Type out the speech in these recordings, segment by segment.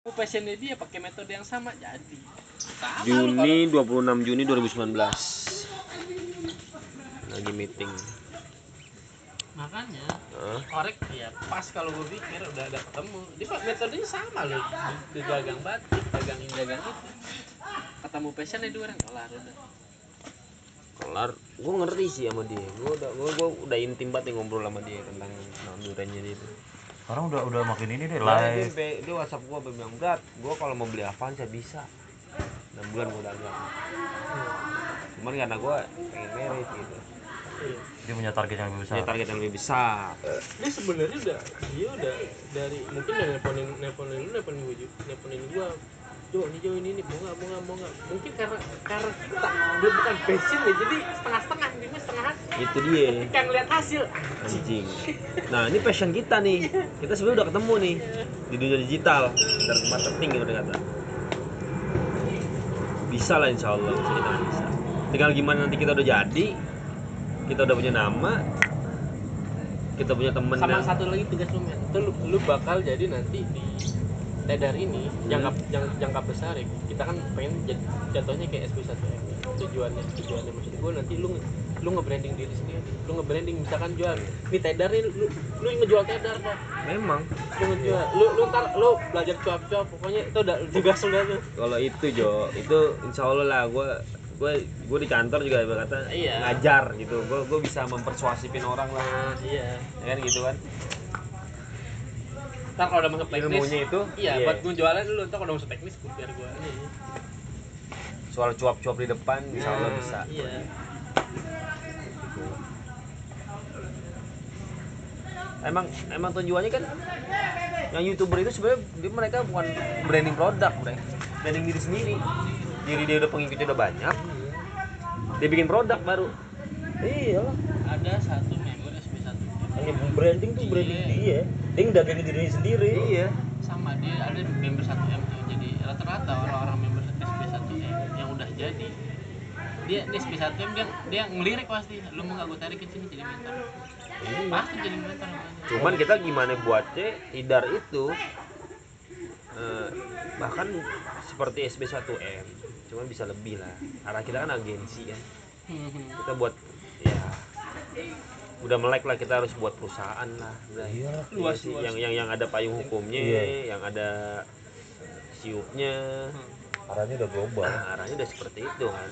passionnya dia pakai metode yang sama jadi. Sama Juni 26 Juni 2019 lagi meeting. Makanya korek ya pas kalau gue pikir udah ada ketemu dia metodenya sama loh di dagang batik dagang itu ketemu passionnya dua orang kelar udah Kelar, gue ngerti sih sama dia. Gue udah intim banget nih ngobrol sama dia tentang duriannya dia itu. Sekarang udah makin ini deh Live. live. Dia WhatsApp gue bilang, "Berat, gue kalau mau beli apaan saya bisa. 6 bulan gue dagang." Cuman karena gue pengen merit gitu. Dia punya target yang lebih besar. Dia target yang lebih besar. dia sebenarnya udah dari mungkin udah nelponin gue Jo ini mau nggak mungkin karena kita dia bukan passion ya jadi setengah Itu dia. kan lihat hasil Anjing. Nah, ini passion kita nih. Kita sebenarnya udah ketemu nih di dunia digital dan marketing gitu kata. Bisa lah insya Allah kita bisa. Tinggal gimana nanti kita udah jadi, kita udah punya nama, kita punya temen sama yang satu lagi tugas lu men itu lu bakal jadi nanti di Tedar ini jangka besar ya kita kan pengen jatuhnya kayak SB1M tujuannya maksud gue nanti lu nge-branding diri sendiri lu nge-branding misalkan jual di Tedar nih lu ngejual Tedar dah memang lu ngejual lu ntar lu belajar cuap-cuap pokoknya itu udah tugas lu tuh kalau itu Jo itu insya Allah lah gue di kantor juga berkata iya. Ngajar gitu gue bisa mempersuasifin orang lah iya ya kan gitu kan ntar kalau udah masuk teknis ilmunya itu iya buat gue jualan dulu ntar kalau udah masuk teknis gue biar gue ini soal cuap-cuap di depan insya Allah bisa iya emang tujuannya kan yang YouTuber itu sebenarnya mereka bukan branding produk mereka branding diri sendiri dia udah pengikutnya udah banyak dia bikin produk baru Iyalah. ada satu member SB1 Hanya branding tuh branding dia. Dia ngedagangin dirinya sendiri. iya sama dia ada member 1M tuh jadi rata-rata orang-orang member SB1M yang udah jadi dia SB1M dia ngelirik pasti lu mau nggak gue tarik ke sini jadi mentor pasti jadi mentor cuman kita gimana buatnya Tidar itu bahkan seperti SB1M cuman bisa lebih lah karena kita kan agensi kan kita buat ya udah melek lah kita harus buat perusahaan lah udah Iya. Luas. yang ada payung hukumnya Iya. yang ada siupnya Arahnya udah global. arahnya udah seperti itu kan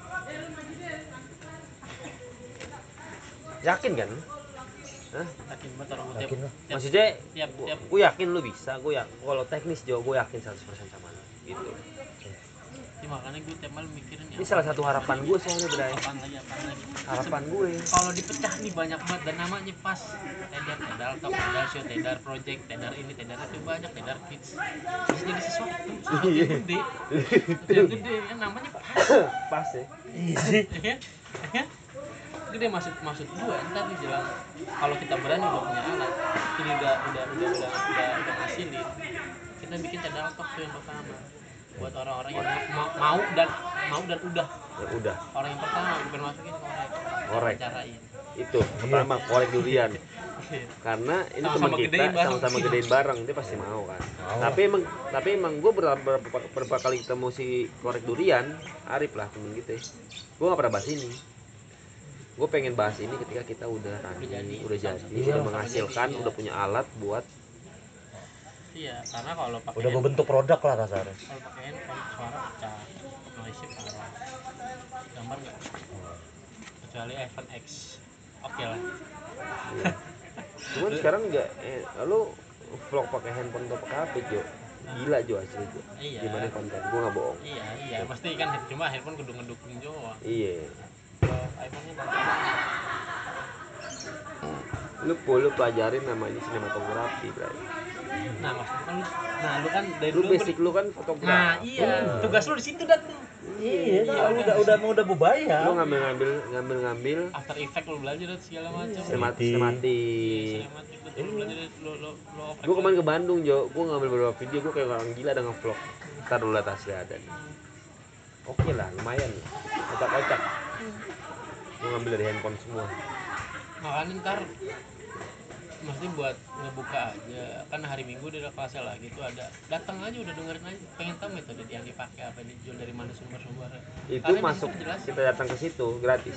yakin kan Hah? yakin banget orang Yakin lah. maksudnya tiap gue yakin lu bisa gue kalau teknis Jo gue yakin 100% sama lu gitu ya, makanya gue tiap malam mikirin ya ini salah satu harapan gue soalnya Bray apaan lagi harapan gue kalau dipecah nih banyak banget dan namanya pas Tedar Talk, Tedar Show, Tedar Project, Tedar ini, Tedar itu banyak, Tedar Kids bisa jadi sesuatu yang gede kan namanya pas ya ya gede maksud gue ntar di jalan kalau kita berani udah punya alat ini udah ngasilin kita bikin Tedar Talk tuh yang pertama buat orang-orang yang mau dan udah ya udah orang yang pertama bukan masukin korek carain itu pertama korek durian karena ini teman kita sama-sama gedein bareng dia pasti mau kan tapi emang gue berapa kali ketemu si korek durian Arif lah temen kita gue nggak pernah bahas ini gue pengen bahas ini ketika kita udah jadi udah menghasilkan udah punya alat buat iya karena kalau pakai Udah membentuk produk lah kasarnya. kalau pakai handphone suara pecah noise parah gambar nggak kecuali iPhone X oke lah ya. Cuman sekarang nggak lu vlog pakai handphone atau pakai HP Jo gila Jo asli Jo iya gimana konten gue nggak bohong iya pasti kan cuma handphone kudu ngedukung doang iya kalau iPhone-nya banyak lu pelajarin namanya sinematografi Bray nah maksudnya kan lu kan dari lu dulu basic lu kan fotografi nah iya tugas lu di situ dah tuh Iya, udah berbayar. lu ngambil After Effect lu belajar dan segala macam sinematik lu belajar lu gue kemarin ke Bandung Jo gue ngambil beberapa video gue kayak orang gila dengan vlog ntar dulu lihat hasilnya ada nih oke lah lumayan nih kocak gue ngambil dari handphone semua makanya ntar Maksudnya buat ngebuka aja kan hari Minggu udah kelasnya lagi tuh ada, datang aja udah dengerin aja, pengen tahu metode yang dipakai apa, dijual dari mana sumber-sumbernya. Itu Karena di masuk situ dijelasin. kita datang ke situ gratis.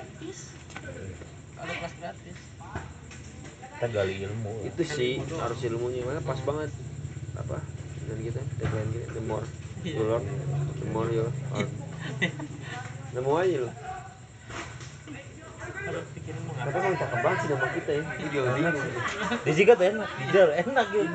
Ada kelas gratis. Kita gali ilmu. Itu sih harus ilmunya, mana pas banget apa dan kita tagline kita the more you learn the more you earn. Nemu aja lo. Ada pikiran mau Tapi ngapain? emang cakep banget sih nama kita ya. Itu juga bingung. Disikat enak, didar enak gitu.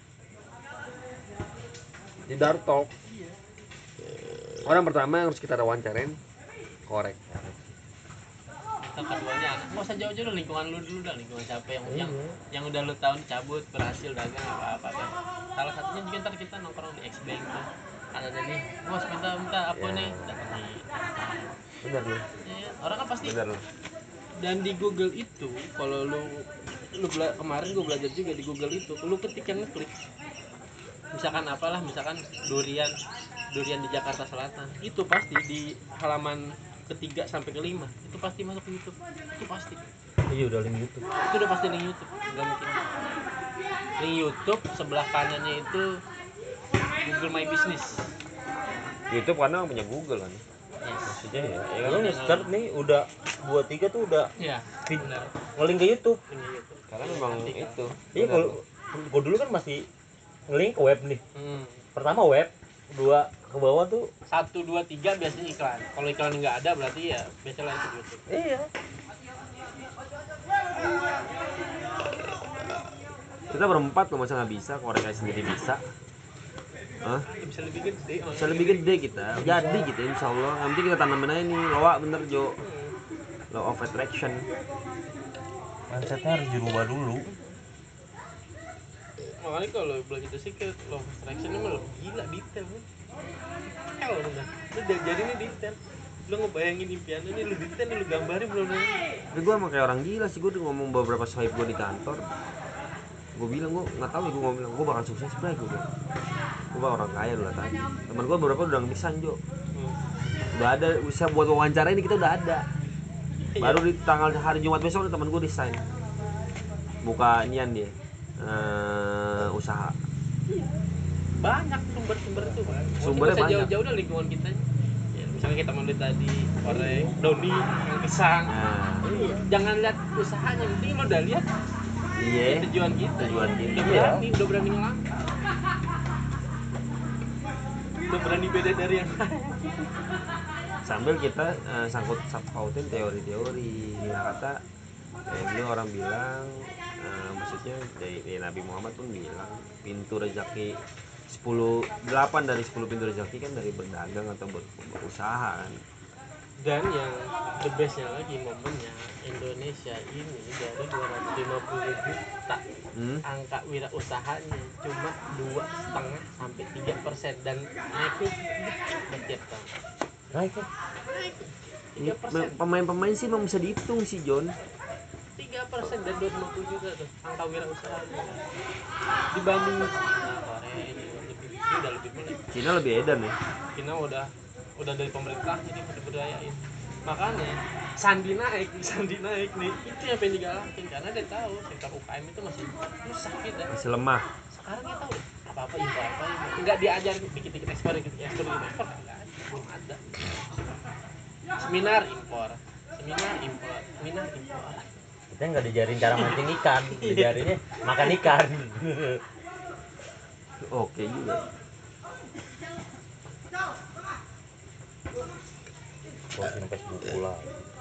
Didar talk. Orang pertama yang harus kita wawancarain korek. Kita keduanya nggak usah jauh-jauh lah, lingkungan lu dulu dah, lingkungan siapa yang udah lu tahu cabut berhasil dagang apa kan. Salah satunya juga ntar kita nongkrong di X Bank tuh, ada nih bos minta apa Ya. nih, datang nih. Bener loh. Ya, orang kan pasti. Bener loh. Dan di Google itu kalau lu kemarin gue belajar juga di Google itu, lu ketika ngeklik misalkan apalah, misalkan durian di Jakarta Selatan, itu pasti di halaman ketiga sampai kelima itu pasti masuk ke YouTube, itu pasti, Iya udah link YouTube. itu udah pasti link YouTube, nggak mungkin. Link YouTube sebelah kanannya itu Google My Business. YouTube karena punya Google kan. Yes. Maksudnya ya Lu kan. start nih udah 2-3 tuh udah Ya, benar. nge-link ke YouTube. Link YouTube. Karena memang Artikel. itu. Iya Bener. kalau gua dulu kan masih nge-link ke web nih. Pertama web, kedua ke bawah tuh 1, 2, 3 biasanya iklan. Kalau iklan nggak ada berarti ya biasanya lanjut YouTube. iya. Kita berempat loh, masa nggak bisa, korek aja sendiri bisa. Hah? Bisa lebih gede. Bisa lebih gede kita. Jadi gitu insya Allah. Nanti kita tanamin aja nih, loa bener Jo. Law of attraction. Mindsetnya harus dirubah dulu. Makanya kalau belajar itu sih ke law of attraction ini malah gila detail kan. Hell udah. Lu jadi ini detail. Lu ngebayangin impian ini lu detail, lu gambarin belum. Tapi gue emang kayak orang gila sih, gue udah ngomong beberapa swipe gue di kantor. Gue bilang, gue nggak tahu ya, gue ngomong bilang gue bakal sukses bro, gue bakal orang kaya dulu tadi. Temen gue beberapa udah ngepisan Jo, udah ada usaha buat wawancara ini, kita udah ada. Baru di tanggal hari Jumat besok temen gue desain buka nian dia usaha. Banyak sumber-sumber itu kan. Sumbernya Nggak usah banyak. jauh-jauh dari lingkungan kita. Ya, misalnya kita mau lihat tadi korek, Doni, yang pisang. Nah, Jangan lihat usahanya, yang penting lo udah lihat iya. tujuan kita. Tujuan kita. Udah berani ngelangkah. Udah berani beda dari yang lain. Sambil kita sangkut pautin teori-teori. Kata ini orang bilang maksudnya dari Nabi Muhammad pun bilang pintu rezeki 8 dari 10 pintu rezeki kan dari berdagang atau berusaha kan. Dan yang the bestnya lagi momennya, Indonesia ini dari 250 juta angka wirausahanya cuma 2,5 sampai 3% dan naiknya setiap tahun. Naik kan? Ini 3%. pemain-pemain sih memang bisa dihitung sih John. 3% dan 250 juta tuh angka wirausahanya. Dibanding Korea ini udah lebih mulai. Cina lebih edan ya. Cina udah dari pemerintah jadi mau diberdayain. Makanya Sandi naik nih, itu yang pengen digalakin karena dia tahu sektor UKM itu masih rusak kita. Masih lemah. Sekarang kita tahu apa impor nggak diajarin dikit-dikit ekspor enggak ada, belum ada. Seminar impor. Kita nggak diajarin cara mancing ikan, diajarinnya makan ikan. Oke juga. Posting Facebook pula.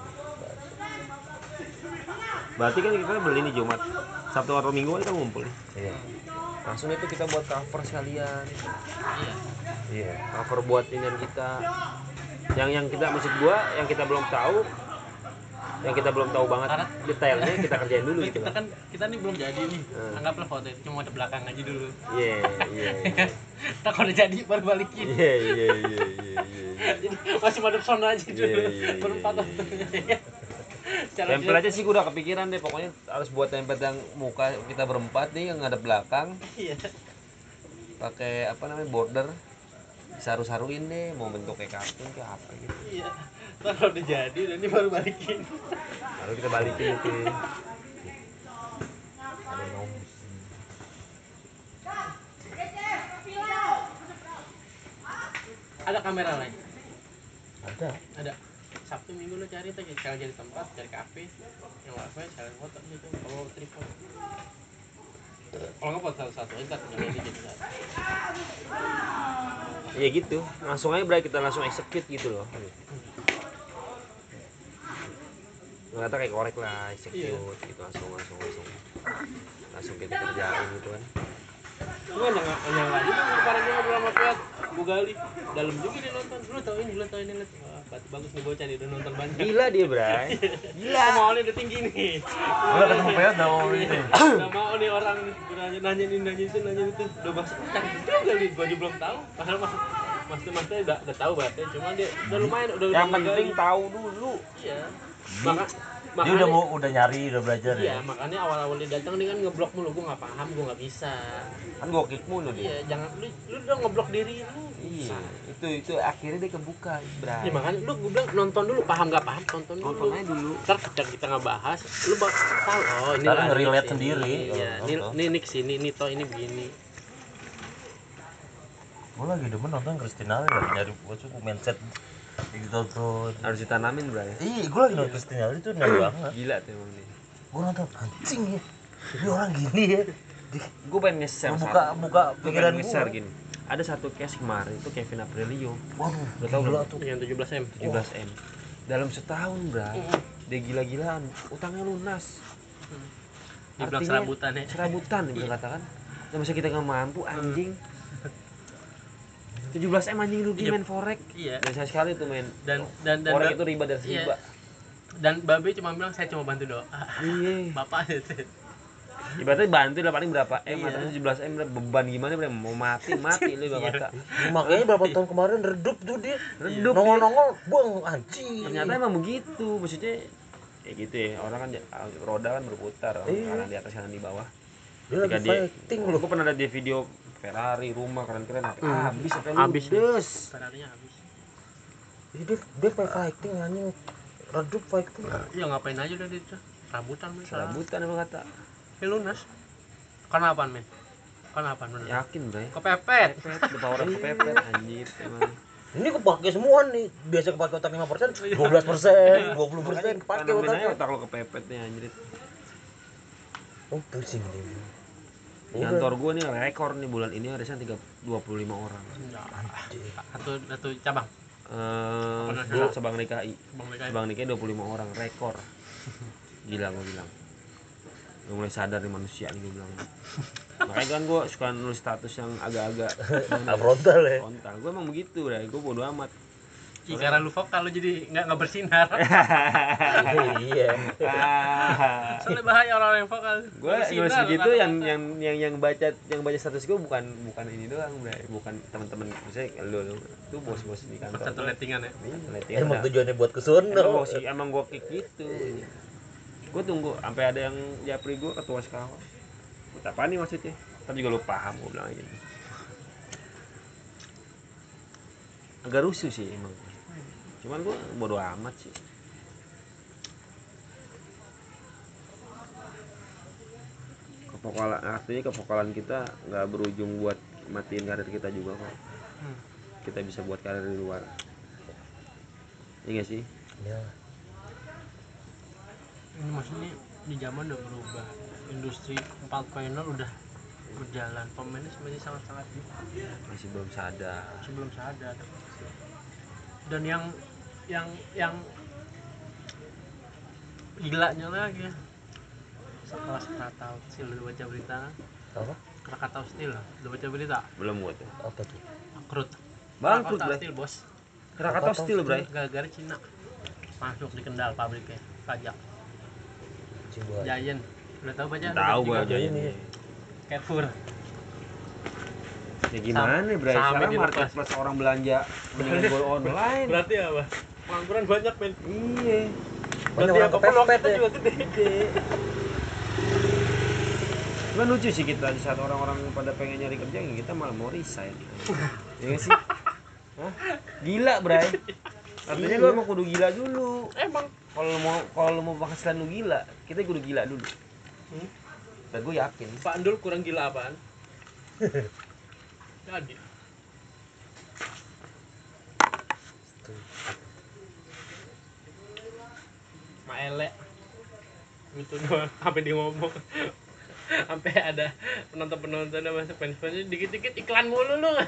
Berarti kan kita beli ini Jumat, Sabtu atau Minggu kan kita ngumpul nih. Iya. Langsung itu kita buat cover sekalian. Iya. Iya. Cover buat inian kita. Yang kita maksud gua yang kita belum tahu, banget Karena- detailnya kita kerjain dulu gitu kita kan. kita nih belum jadi nih. Anggaplah foto itu cuma ada belakang aja dulu. Iya. Kita kalau udah jadi baru balikin. Iya. Jadi masih madep sono aja dulu. Iya. Berempat waktunya. Template aja sih gua udah kepikiran deh, pokoknya harus buat template yang muka kita berempat nih yang ngadep belakang, Iya. pakai apa namanya border, saru-saruin deh, mau bentuk kayak kartun kayak apa gitu. Iya. Ntar kalau udah jadi, udah ini baru balikin. Baru kita balikin itu. Ada Ada kamera lain? Ada. Sabtu Minggu lu cari tuh cari tempat, cari kafe yang wifi, silent foto gitu. Kalau tripod, kalau nggak foto satu aja tinggal edit jadi satu. Ya gitu, langsung aja Bray, kita langsung execute gitu loh. Kata kayak korek lah, execute gitu, langsung kita kerjain gitu kan. Gue nyangka juga kemarin gue ngobrol sama Piat, gue gali dalam juga dia nonton. Lu tau ini. Wah, bagus nih bocah nih, udah nonton banyak. Gila dia Bray, gila. Maunya udah tinggi nih. Udah ketemu Peot udah mau ini. Udah mau nih orang nih nanya itu. Udah masuk canggih juga nih, gue aja belum tahu. Padahal mas-masnya udah tahu bahasanya, cuma dia udah lumayan Yang penting tahu dulu. Iya. Dia udah nyari, udah belajar iya, ya. makanya awal-awal dia datang dia kan ngeblok mulu, gue nggak paham, gue nggak bisa. Kan gua kick mulu dia. Iya, jangan lu udah ngeblok diri lu. Iya, itu akhirnya dia kebuka, Bray. Ya makanya gue bilang nonton dulu, paham nggak paham tonton Nonton aja dulu. Ntar kita ngebahas, lu tahu ini Ntar lah, nge-relate ini, sendiri. Iya, ini kesini, ini toh ini begini. Gue lagi demen nonton Christina lagi nyari cukup mindset ditonton. Harus ditanamin, Bray. Iya, gue lagi nonton Christina itu nyari banget. Gila tuh emang nih. Gue nonton anjing ya. Ini orang gini ya. Gue pengen nge-share Buka pikiran nge-share gue. gini. Ada satu case kemarin itu Kevin Aprilio. Waduh, Udah tahu belum? Yang 17M. 17M. Dalam setahun, Bray. Dia gila-gilaan, utangnya lunas. Dibilang Artinya, serabutan ya. Serabutan dia katakan. Nah, masa kita nggak mampu anjing. 17M anjing rugi Iya. main forex. Iya. Dan saya sekali tuh main. Dan Forex itu riba dan riba. Dan Babe cuma bilang saya cuma bantu doa. Iya. Bapak itu. Ibaratnya bantu lah paling berapa M Iya. atau 17M beban gimana Bre? Mau mati lu ibarat kata. makanya berapa tahun kemarin redup tuh dia. Redup Nongol-nongol, buang anjing. Ternyata emang begitu, maksudnya kayak gitu ya. Orang kan roda kan berputar, Iya. kanan di atas kanan di bawah. Dia lagi fighting loh. Gue pernah lihat di video Ferrari, rumah keren-keren habis sampai Habis ludes. Ferrarinya habis. Dia fighting anjing. Redup fighting. Ya ngapain aja udah itu. Rambutan men. Serabutan emang kata. Lunas. Kenapa men? Kenapa men? Yakin, Bray. Kepepet. Kepepet, the power of kepepet anjir emang. Ini kepake semua nih. Biasa kepake otak 5%, 12%, 20% kepake Tanamin aja otaknya. otak lo kepepet nih anjir. Oh, pusing nih. Kantor gue nih rekor nih bulan ini arisan 25 orang. Satu cabang. Sabang DKI. Bang DKI. Sabang DKI 25 orang rekor. Gila gue bilang. Gue mulai sadar nih manusia nih gue bilang. Makanya kan gue suka nulis status yang agak-agak frontal ya. frontal. Gue emang begitu deh. Gue bodo amat. Karena lu vokal lu jadi nggak bersinar. Iya. Soalnya bahaya orang yang vokal. Gue nulis begitu yang baca status gue bukan ini doang, Bray. Bukan teman-teman misalnya lu itu bos-bos di kantor. Satu lettingan ya. Lettingan. Emang tujuannya buat kesono. Emang gue kick gitu. Gue tunggu sampai ada yang japri gue ketua sekawan. Apa nih maksudnya? Tapi juga lu paham gue bilang gitu. Agak rusuh sih emang. Cuman gue bodo amat sih. Artinya kevokalan kita nggak berujung buat matiin karir kita juga kok. Kita bisa buat karir di luar. Iya gak sih? Ya. Ini maksudnya di zaman udah berubah. Industri 4.0 udah berjalan. Pemainnya masih sangat-sangat Masih belum sadar. sebelum sadar. Dan yang gilanya lagi sekelas Krakatau Steel, udah baca berita kan? Apa? Krakatau Steel, udah baca berita? Belum gue tuh. Apa tuh? Bangkrut. Bangkrut, Krakatau Bray. Steel, bos. Krakatau Steel, Bray. Gara-gara Cina masuk di Kendal pabriknya, pajak. Jiwa. Giant, udah tahu baca? Tahu gue aja ini. Carrefour. Ya gimana nih, Bray? Sampai Sekarang di marketplace orang belanja mendingan gue online. Berarti apa? Pengangguran banyak, men. Iya. Banyak Berarti orang apa peluang kepepet kita ya. juga gede. Cuman lucu sih kita di saat orang-orang pada pengen nyari kerja, kita malah mau resign. Iya gak sih? Hah? Gila, Bray. Artinya lu emang kudu gila dulu. Emang Kalau lu mau penghasilan lu gila, kita kudu gila dulu. Dan gue yakin Pak Andul kurang gila apaan? Jadi Maele itu doang sampai dia ngomong sampai ada penonton sama fans-fansnya dikit-dikit iklan mulu lu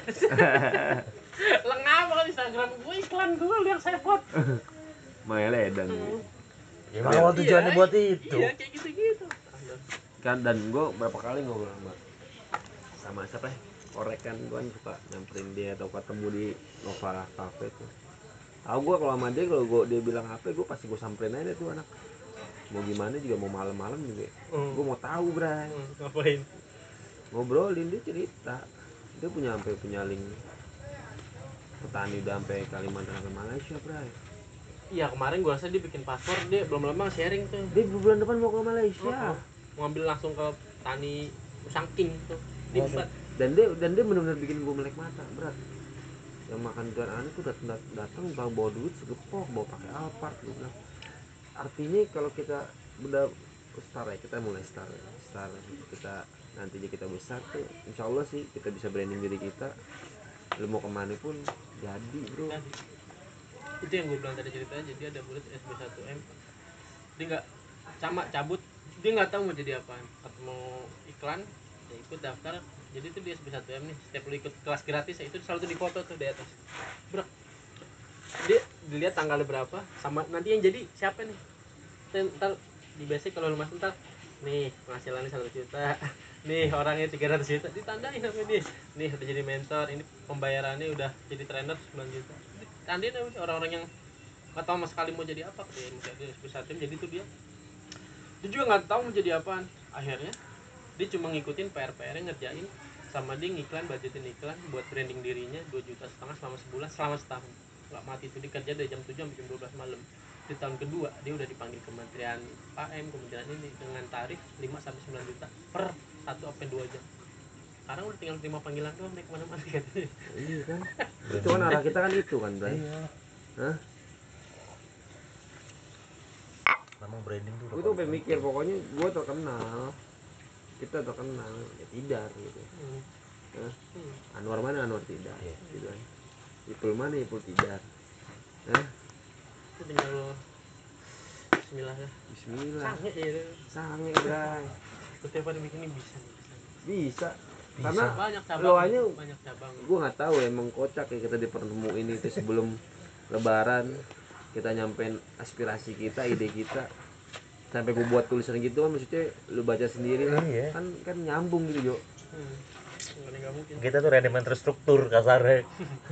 lengah banget Instagram gue iklan gue lu yang sepot Maele dan Ya awal tujuannya buat itu. iya kayak gitu-gitu kan, dan gue berapa kali ngobrol sama siapa ya, Korek kan, gue kan suka nyamperin dia atau ketemu di Nova Cafe tuh. Tahu gue kalau sama dia, kalau dia bilang apa, gue pasti gue samperin aja tuh anak. Mau gimana juga, mau malam-malam juga. Gue mau tahu, Bray. ngapain Ngobrolin, dia cerita. Dia punya link petani udah sampai Kalimantan sampai Malaysia, Bray. iya kemarin gue rasa dia bikin paspor dia belum lama sharing tuh Dia bulan depan mau ke Malaysia. mau ngambil langsung ke tani Sangking tuh di Dan dia benar-benar bikin gue melek mata, berat. Yang makan ikan aneh tuh datang bawa duit segepok, bawa pakai Alphard, gue bilang. Artinya kalau kita udah start ya, kita mulai start kita nantinya kita besar tuh, insya Allah sih kita bisa branding diri kita. Lu mau kemana pun jadi, bro. Itu yang gue bilang tadi ceritanya, jadi ada murid SB1M dia nggak cabut, dia nggak tahu mau jadi apaan, atau mau iklan ya ikut daftar. Jadi itu di SB1M nih, setiap lu ikut kelas gratis ya itu selalu tuh di foto tuh di atas, bro. Dia dilihat tanggalnya berapa sama nanti yang jadi siapa nih. Ntar di basic kalau lu masuk ntar nih penghasilannya 1 juta nih orangnya 300 juta ditandain sama dia, nih udah jadi mentor, ini pembayarannya udah jadi trainer 9 juta ditandain sama orang-orang yang nggak tahu sama sekali mau jadi apa. Dia mau jadi SB1M, jadi tuh dia juga nggak tahu mau jadi apaan. Akhirnya dia cuma ngikutin PR-nya ngerjain, sama dia ngiklan, budgetin iklan buat branding dirinya 2,5 juta selama sebulan, selama setahun nggak mati. Itu dia kerja dari jam 7 sampai jam 12 malam. Di tahun kedua dia udah dipanggil Kementerian AM, kementerian ini dengan tarif 5 sampai 9 juta per 1 sampai 2 jam. Sekarang udah tinggal terima panggilan doang deh kemana-mana katanya. Iya kan, itu kan arah kita kan itu kan, Bray. Iya. Hah? Memang branding tuh. Gue tuh pengen mikir, pokoknya gue terkenal, kita terkenal, ya tidak gitu. Anwar mana Anwar tidak, gitu kan. Ipul mana Ipul tidak. Itu tinggal lo Bismillah lah. Bismillah. Sange ya. Sange, Bray. Setiap hari bikin ini Bisa. Karena banyak cabang. loanya Banyak cabang. gue nggak tahu ya, emang kocak ya kita dipertemuin itu sebelum Lebaran. Kita nyampein aspirasi kita, ide kita, sampai gue buat tulisan gitu kan, maksudnya lu baca sendiri Iya. kan nyambung gitu, Jo. Nggak mungkin. Kita tuh relevan terstruktur kasarnya.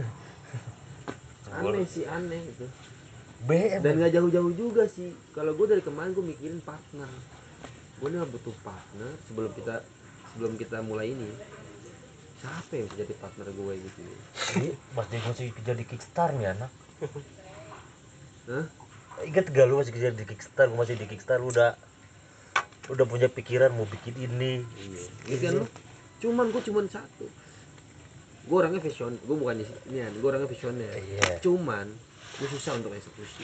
Aneh sih, aneh gitu. BM. Dan nggak jauh-jauh juga sih. Kalau gue dari kemarin gue mikirin partner. Gue nih butuh partner sebelum kita mulai ini. Siapa yang bisa jadi partner gue gitu? Jadi Mas Diego masih kerja di Kickstarter nih anak. Hah? Ingat gak lu masih kerja di Kickstarter? Gue masih di Kickstarter, udah punya pikiran mau bikin ini. Iya. Ini kan lu. Gue cuman satu. Gue orangnya vision, gue bukan ini, gue orangnya visioner. Iya. Cuman gue susah untuk eksekusi.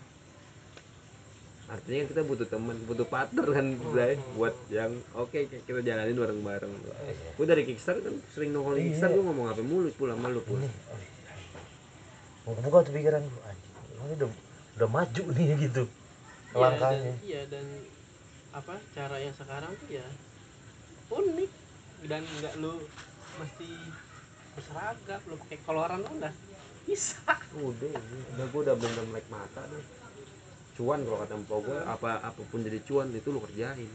Artinya kita butuh teman, butuh partner kan, Bray, buat yang oke, kita jalanin bareng-bareng. Gue dari Kickstarter kan sering nongol di Kickstarter, gue ngomong apa mulu pula sama lu pula. Mau buka tuh pikiran gue, anjing, udah maju nih gitu langkahnya. Dan apa cara yang sekarang tuh ya unik, dan nggak lu mesti berseragam, lu pakai koloran udah bisa. Udah gue udah bener melek mata deh. Cuan kalau kata empok gue, apapun jadi cuan itu lu kerjain.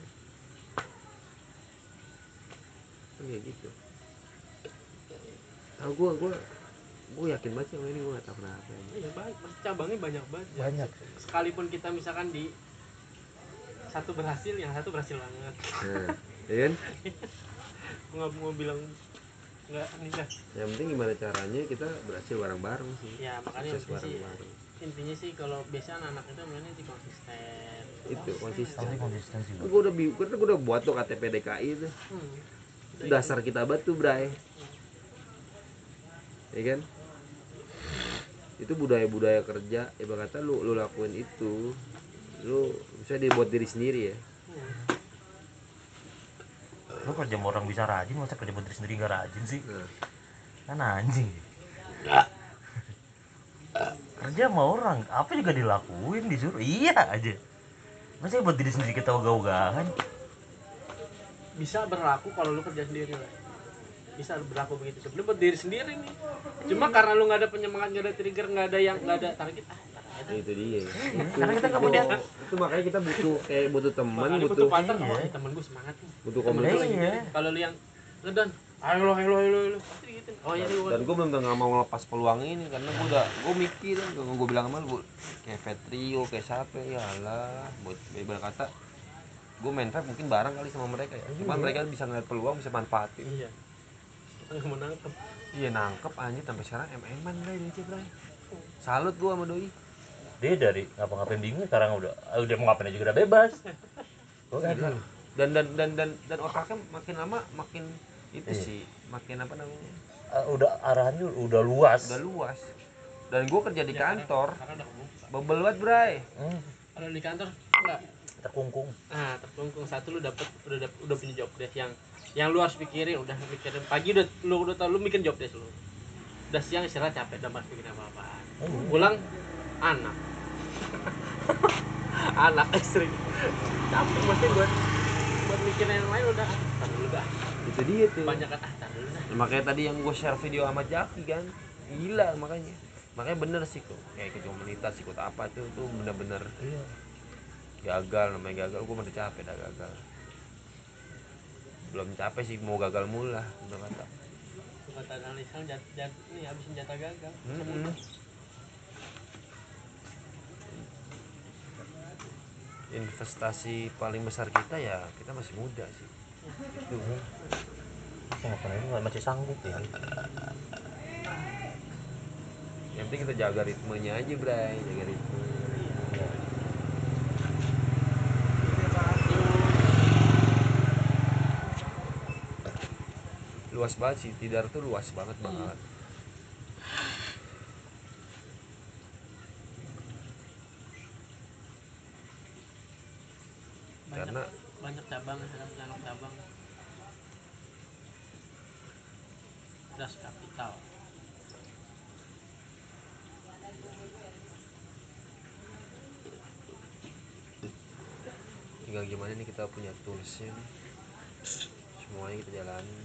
Kayak gitu. Tahu gue yakin banget sama ini, gue nggak tahu kenapa. Iya banyak, cabangnya banyak banget. Banyak. Sekalipun kita misalkan di satu berhasil, yang satu berhasil banget. Nah, ya kan? Gue nggak mau bilang nggak nih lah. Yang penting gimana caranya kita berhasil bareng-bareng sih. Ya makanya bareng-bareng. Intinya sih kalau biasa anak-anak itu mainnya sih konsisten. Itu konsisten. Konsistensi. Gue udah buat tuh KTP DKI itu. Dasar kita banget tuh, Bray. Ya kan? Itu budaya kerja, ibarat kata lu lakuin itu, lu bisa dibuat diri sendiri ya. kerja sama orang bisa rajin, masa kerja buat diri sendiri nggak rajin sih? Nah. Kan anjing. Kerja sama orang, apa juga dilakuin, disuruh iya aja. Masa buat diri sendiri kita ogah-ogahan? Bisa berlaku kalau lu kerja sendiri lah, bisa berlaku begitu sebelum buat diri sendiri nih. Cuma karena lu nggak ada penyemangat, nggak ada trigger, nggak ada target, Itu dia. Karena kita nggak punya. Itu makanya kita butuh teman, makanya butuh partner. Oh, temen gue semangat nih. butuh Temen gue komunikasi. lagi Iya. gini. Kalau lu yang ngedan, ayo lo pasti gitu. Oh iya nih Dan gue belum nggak mau ngelepas peluang ini karena gue mikir, gue bilang sama lu, kayak Petrio, kayak siapa ya lah, buat ibarat kata gue main vape mungkin bareng kali sama mereka ya. Cuman mereka bisa ngeliat peluang, bisa manfaatin. Iya. Kita nggak mau nangkep. Iya nangkep anjir sampai sekarang MM-an Bray, DC Bray. Salut gue sama doi. Dia dari ngapa-ngapain bingung, sekarang udah mau ngapain aja udah bebas. Gila. Dan otaknya makin lama makin itu sih, makin apa namanya? Udah arahannya udah luas. Udah luas. Dan gue kerja di kantor, Karena udah kebuka. bebel banget Bray. Kalau di kantor enggak. Terkungkung. Nah, terkungkung satu lu udah punya job desk yang lu harus pikirin, udah mikirin pagi udah tahu lu bikin job desk lu. Udah siang istirahat capek udah mas bikin apa-apaan. Pulang anak. Anak istri. Capek masih buat mikirin yang lain udah. Tar dulu dah. Itu dia tuh. Banyak kata tar dulu dah. Nah, makanya tadi yang gue share video sama Jaki kan, gila makanya bener sih tuh, kayak ikut komunitas, ikut apa tuh bener-bener gagal, namanya gagal. Gue udah capek dah gagal, belum capek sih, mau gagal mula udah kata. Kata analisan ini habis senjata gagal. Investasi paling besar kita ya kita masih muda sih itu. Ngapain itu masih sanggup ya. Yang penting kita jaga ritmenya aja Bray, jaga ritme. Luas banget sih, Tidar tuh luas banget banget. Karena banyak cabang, Das Kapital. tinggal gimana nih kita punya toolsnya nih, semuanya kita jalanin.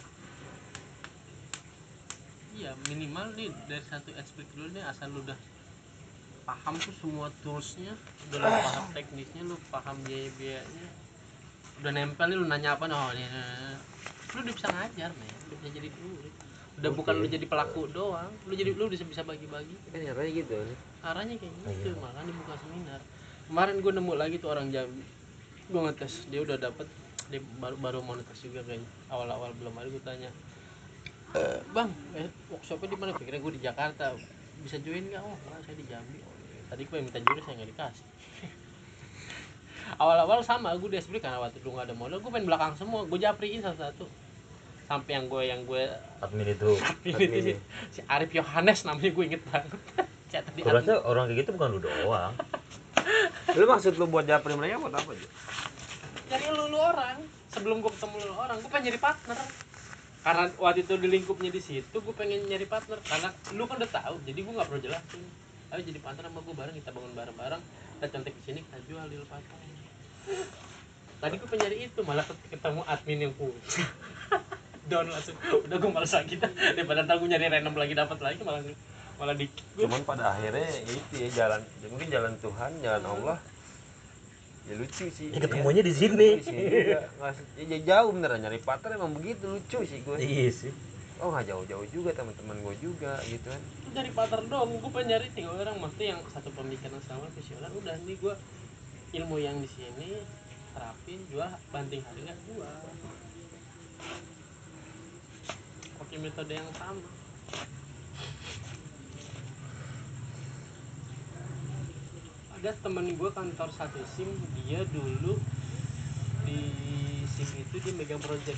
Iya minimal nih dari satu aspek dulu nih, asal lu udah paham tuh semua toolsnya, udah lu paham teknisnya, lu paham biaya-biayanya, udah nempel nih, lu nanya apa, oh ini lu udah bisa ngajar men, udah bisa jadi guru, udah bukan lu jadi pelaku doang, lu bisa bagi-bagi Kan arahnya gitu nih. arahnya kayak gitu. Makanya dibuka seminar kemarin. Gue nemu lagi tuh orang Jambi, gue ngetes, dia udah dapet, dia baru mau ngetes juga kayaknya, awal-awal belum ada. Gue tanya, bang, workshopnya di mana? Pikirnya gue di Jakarta, bisa join nggak? Oh enggak, saya di Jambi. Tadi gue minta juri, saya nggak dikasih. Awal-awal sama gue di SBK karena waktu dulu nggak ada modal, gue main belakang semua, gue japriin satu-satu sampai yang gue Admin itu si Arif Yohanes namanya, gue inget banget. gue rasa orang kayak gitu bukan lu doang. Lu maksud lu buat japri mereka buat apa aja? Jadi lu orang, sebelum gue ketemu lu orang, gue pengen jadi partner. Karena waktu itu di lingkupnya di situ, gue pengen nyari partner. Karena lu kan udah tahu, jadi gue nggak perlu jelasin. Ayo jadi partner sama gue bareng, kita bangun bareng-bareng. Kita contek di sini, kita jual di lepas. Tadi gue pengen nyari itu, malah ketemu admin yang punya. Down langsung, udah gue malas lagi dah. Daripada ntar gue nyari random lagi, dapat lagi malah dikit. Cuman pada akhirnya itu ya jalan, ya mungkin jalan Tuhan, jalan Allah. Ya lucu sih. Ya, ketemunya di sini. Ya jauh beneran, nyari partner emang begitu, lucu sih gue. Iya sih. Oh nggak jauh-jauh juga, teman-teman gue juga gitu kan. Dari partner dong, gue pengen nyari 3 orang, maksudnya yang satu pemikiran sama, visioner. Udah nih gue ilmu yang di sini terapin, jual, banting harga, jual. Pakai metode yang sama. Ada temen gue kantor satu SIM, dia dulu di SIM itu dia megang project,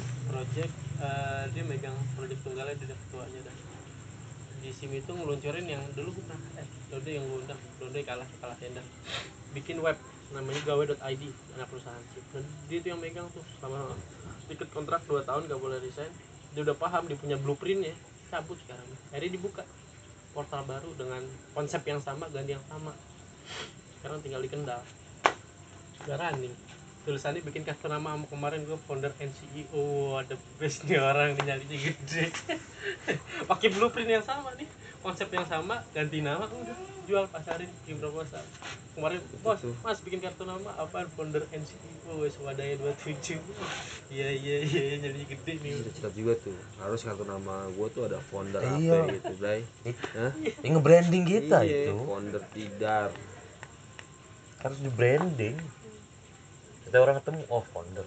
dia megang project tunggalnya, dia udah ketuanya dah. Di SIM itu ngeluncurin yang dulu gue pernah, Dode yang gue undang, Dode kalah tenda, bikin web namanya gawe.id, anak perusahaan SIM. Dan dia tuh yang megang tuh sama Ikut kontrak 2 tahun gak boleh resign. Dia udah paham, dia punya blueprintnya, cabut sekarang. Akhirnya dibuka portal baru dengan konsep yang sama, ganti yang sama. Sekarang tinggal di Kendal. Gak running. Tulisannya bikin kartu nama sama kemarin gue founder and CEO. Ada best nih orang nih, nyalinya gede. Pakai blueprint yang sama nih, konsep yang sama, ganti nama udah jual, pasarin, bikin proposal. Kemarin bos, mas bikin kartu nama apaan, founder and CEO Swadaya 27. Iya nyalinya gede nih. Cita-cita juga tuh, harus kartu nama gue tuh ada founder Iya. apa gitu, Bray. Hah? Ini nge-branding kita Iya, itu. founder Tidar. Harus di branding. Kita orang ketemu, oh founder.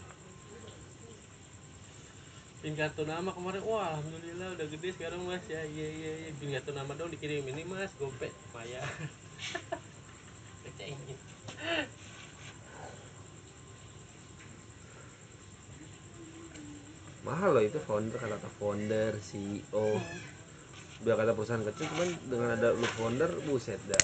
Bikin kartu nama kemarin, wah alhamdulillah udah gede sekarang mas ya. Iya bikin kartu nama dong, dikirim ini mas, gopek Maya. Kecengin. Mahal loh itu founder, kata founder, CEO. Biar kata perusahaan kecil, cuman dengan ada lu founder, buset dah.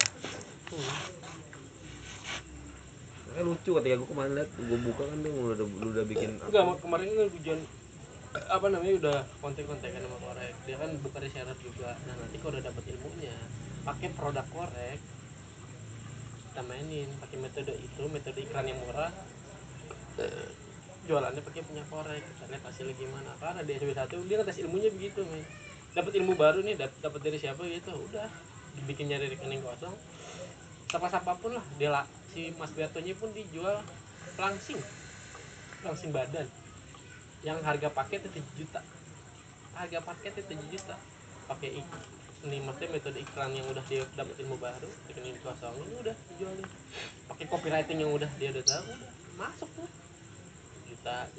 Makanya lucu ketika gue kemarin liat, gue buka kan tuh lu udah bikin Enggak, kemarin kan tujuan apa namanya udah konten-konten sama korek. Dia kan buka reseller juga. Nah nanti kalau udah dapet ilmunya, pakai produk korek, kita mainin pakai metode itu, metode iklan yang murah. Jualannya pakai punya korek, kita lihat hasilnya gimana. Karena di SB1 dia ngetes ilmunya begitu, men. Dapat ilmu baru nih, dapat dari siapa gitu, udah dibikin nyari rekening kosong. Pas apapun lah, dia si Mas Bertonya pun dijual langsing badan. Yang harga paketnya 7 juta. Harga paketnya 7 juta. Pakai ini maksudnya metode iklan yang udah dia dapat ilmu baru, rekening kosong ini udah dijualin. Pakai copywriting yang udah dia udah tahu, udah masuk tuh. Juta.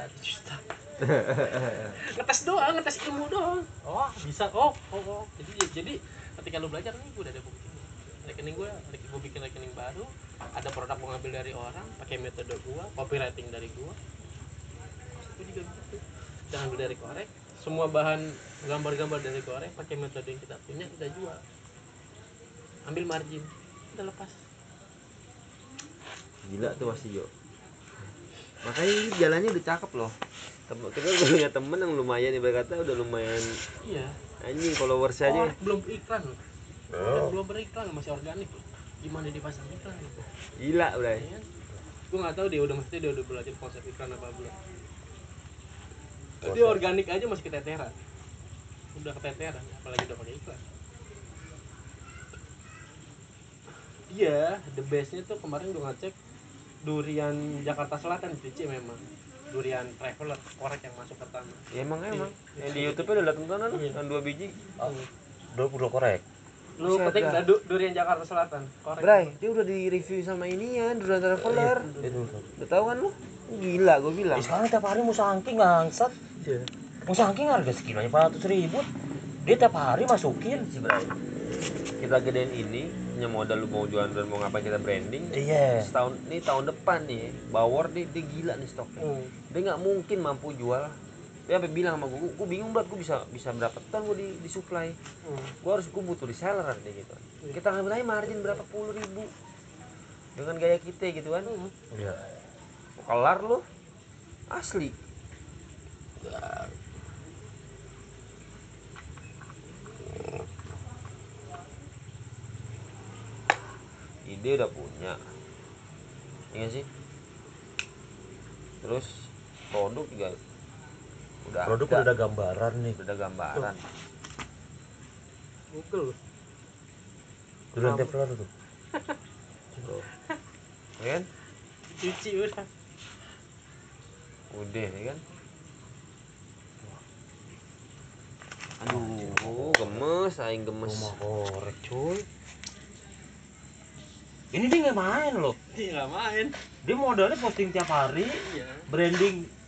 Ngetes doang, ngetes ilmu doang. Oh bisa, jadi ketika lu belajar nih, gue udah ada buktinya. Rekening gue bikin rekening baru, ada produk gue ngambil dari orang, pakai metode gue, copywriting dari gue. Gue juga gitu. Jangan dulu dari korek, semua bahan gambar-gambar dari korek, pakai metode yang kita punya, kita jual. Ambil margin, kita lepas. gila tuh pasti Jo. Makanya ini jalannya udah cakep loh. Kita udah punya temen yang lumayan, ibarat kata udah lumayan. Iya. Anjing followers aja. Belum beriklan. Belum beriklan, masih organik. Gimana dipasang iklan gitu? Gila, Bray. Ya, gue nggak tahu dia udah belajar konsep iklan apa belum. Dia organik aja masih keteteran. Udah keteteran, apalagi udah pakai iklan. Iya, the bestnya tuh kemarin gue ngecek durian Jakarta Selatan DC memang. Durian traveler, korek yang masuk pertama. Ya emang. Yang di YouTube udah datang kan kan 2 biji. 20 korek. Lu ketik durian Jakarta Selatan, korek. Bray, dia udah di review sama inian, durian traveler. Udah tahu kan lu? Gila gue bilang. Sekarang tiap hari mau saking ngangsat. Iya. Mau saking harga sekilonya 400.000. Dia tiap hari masukin Si Bray. Kita gedein ini, punya modal lu mau jualan dan mau ngapain kita branding. Iya. Setahun nih, tahun depan nih, Bawor dia gila nih stoknya. Dia nggak mungkin mampu jual. Dia sampai bilang sama gue bingung banget, gue bisa berapa ton gue disuplai. Gue butuh reseller deh gitu. Kita ngambil aja margin berapa puluh ribu dengan gaya kita gitu kan. Iya. Kelar lu asli. Ide udah punya, iya sih. Terus produk juga Produk udah ada gambaran nih. udah gambaran. Google. Durian traveler tuh. Tuh. Ya kan? Cuci udah. Udah ya kan? Aduh, gemes, aing gemes. Rumah korek cuy. Ini dia nggak main loh. Iya nggak main. Dia modalnya posting tiap hari, Iya. branding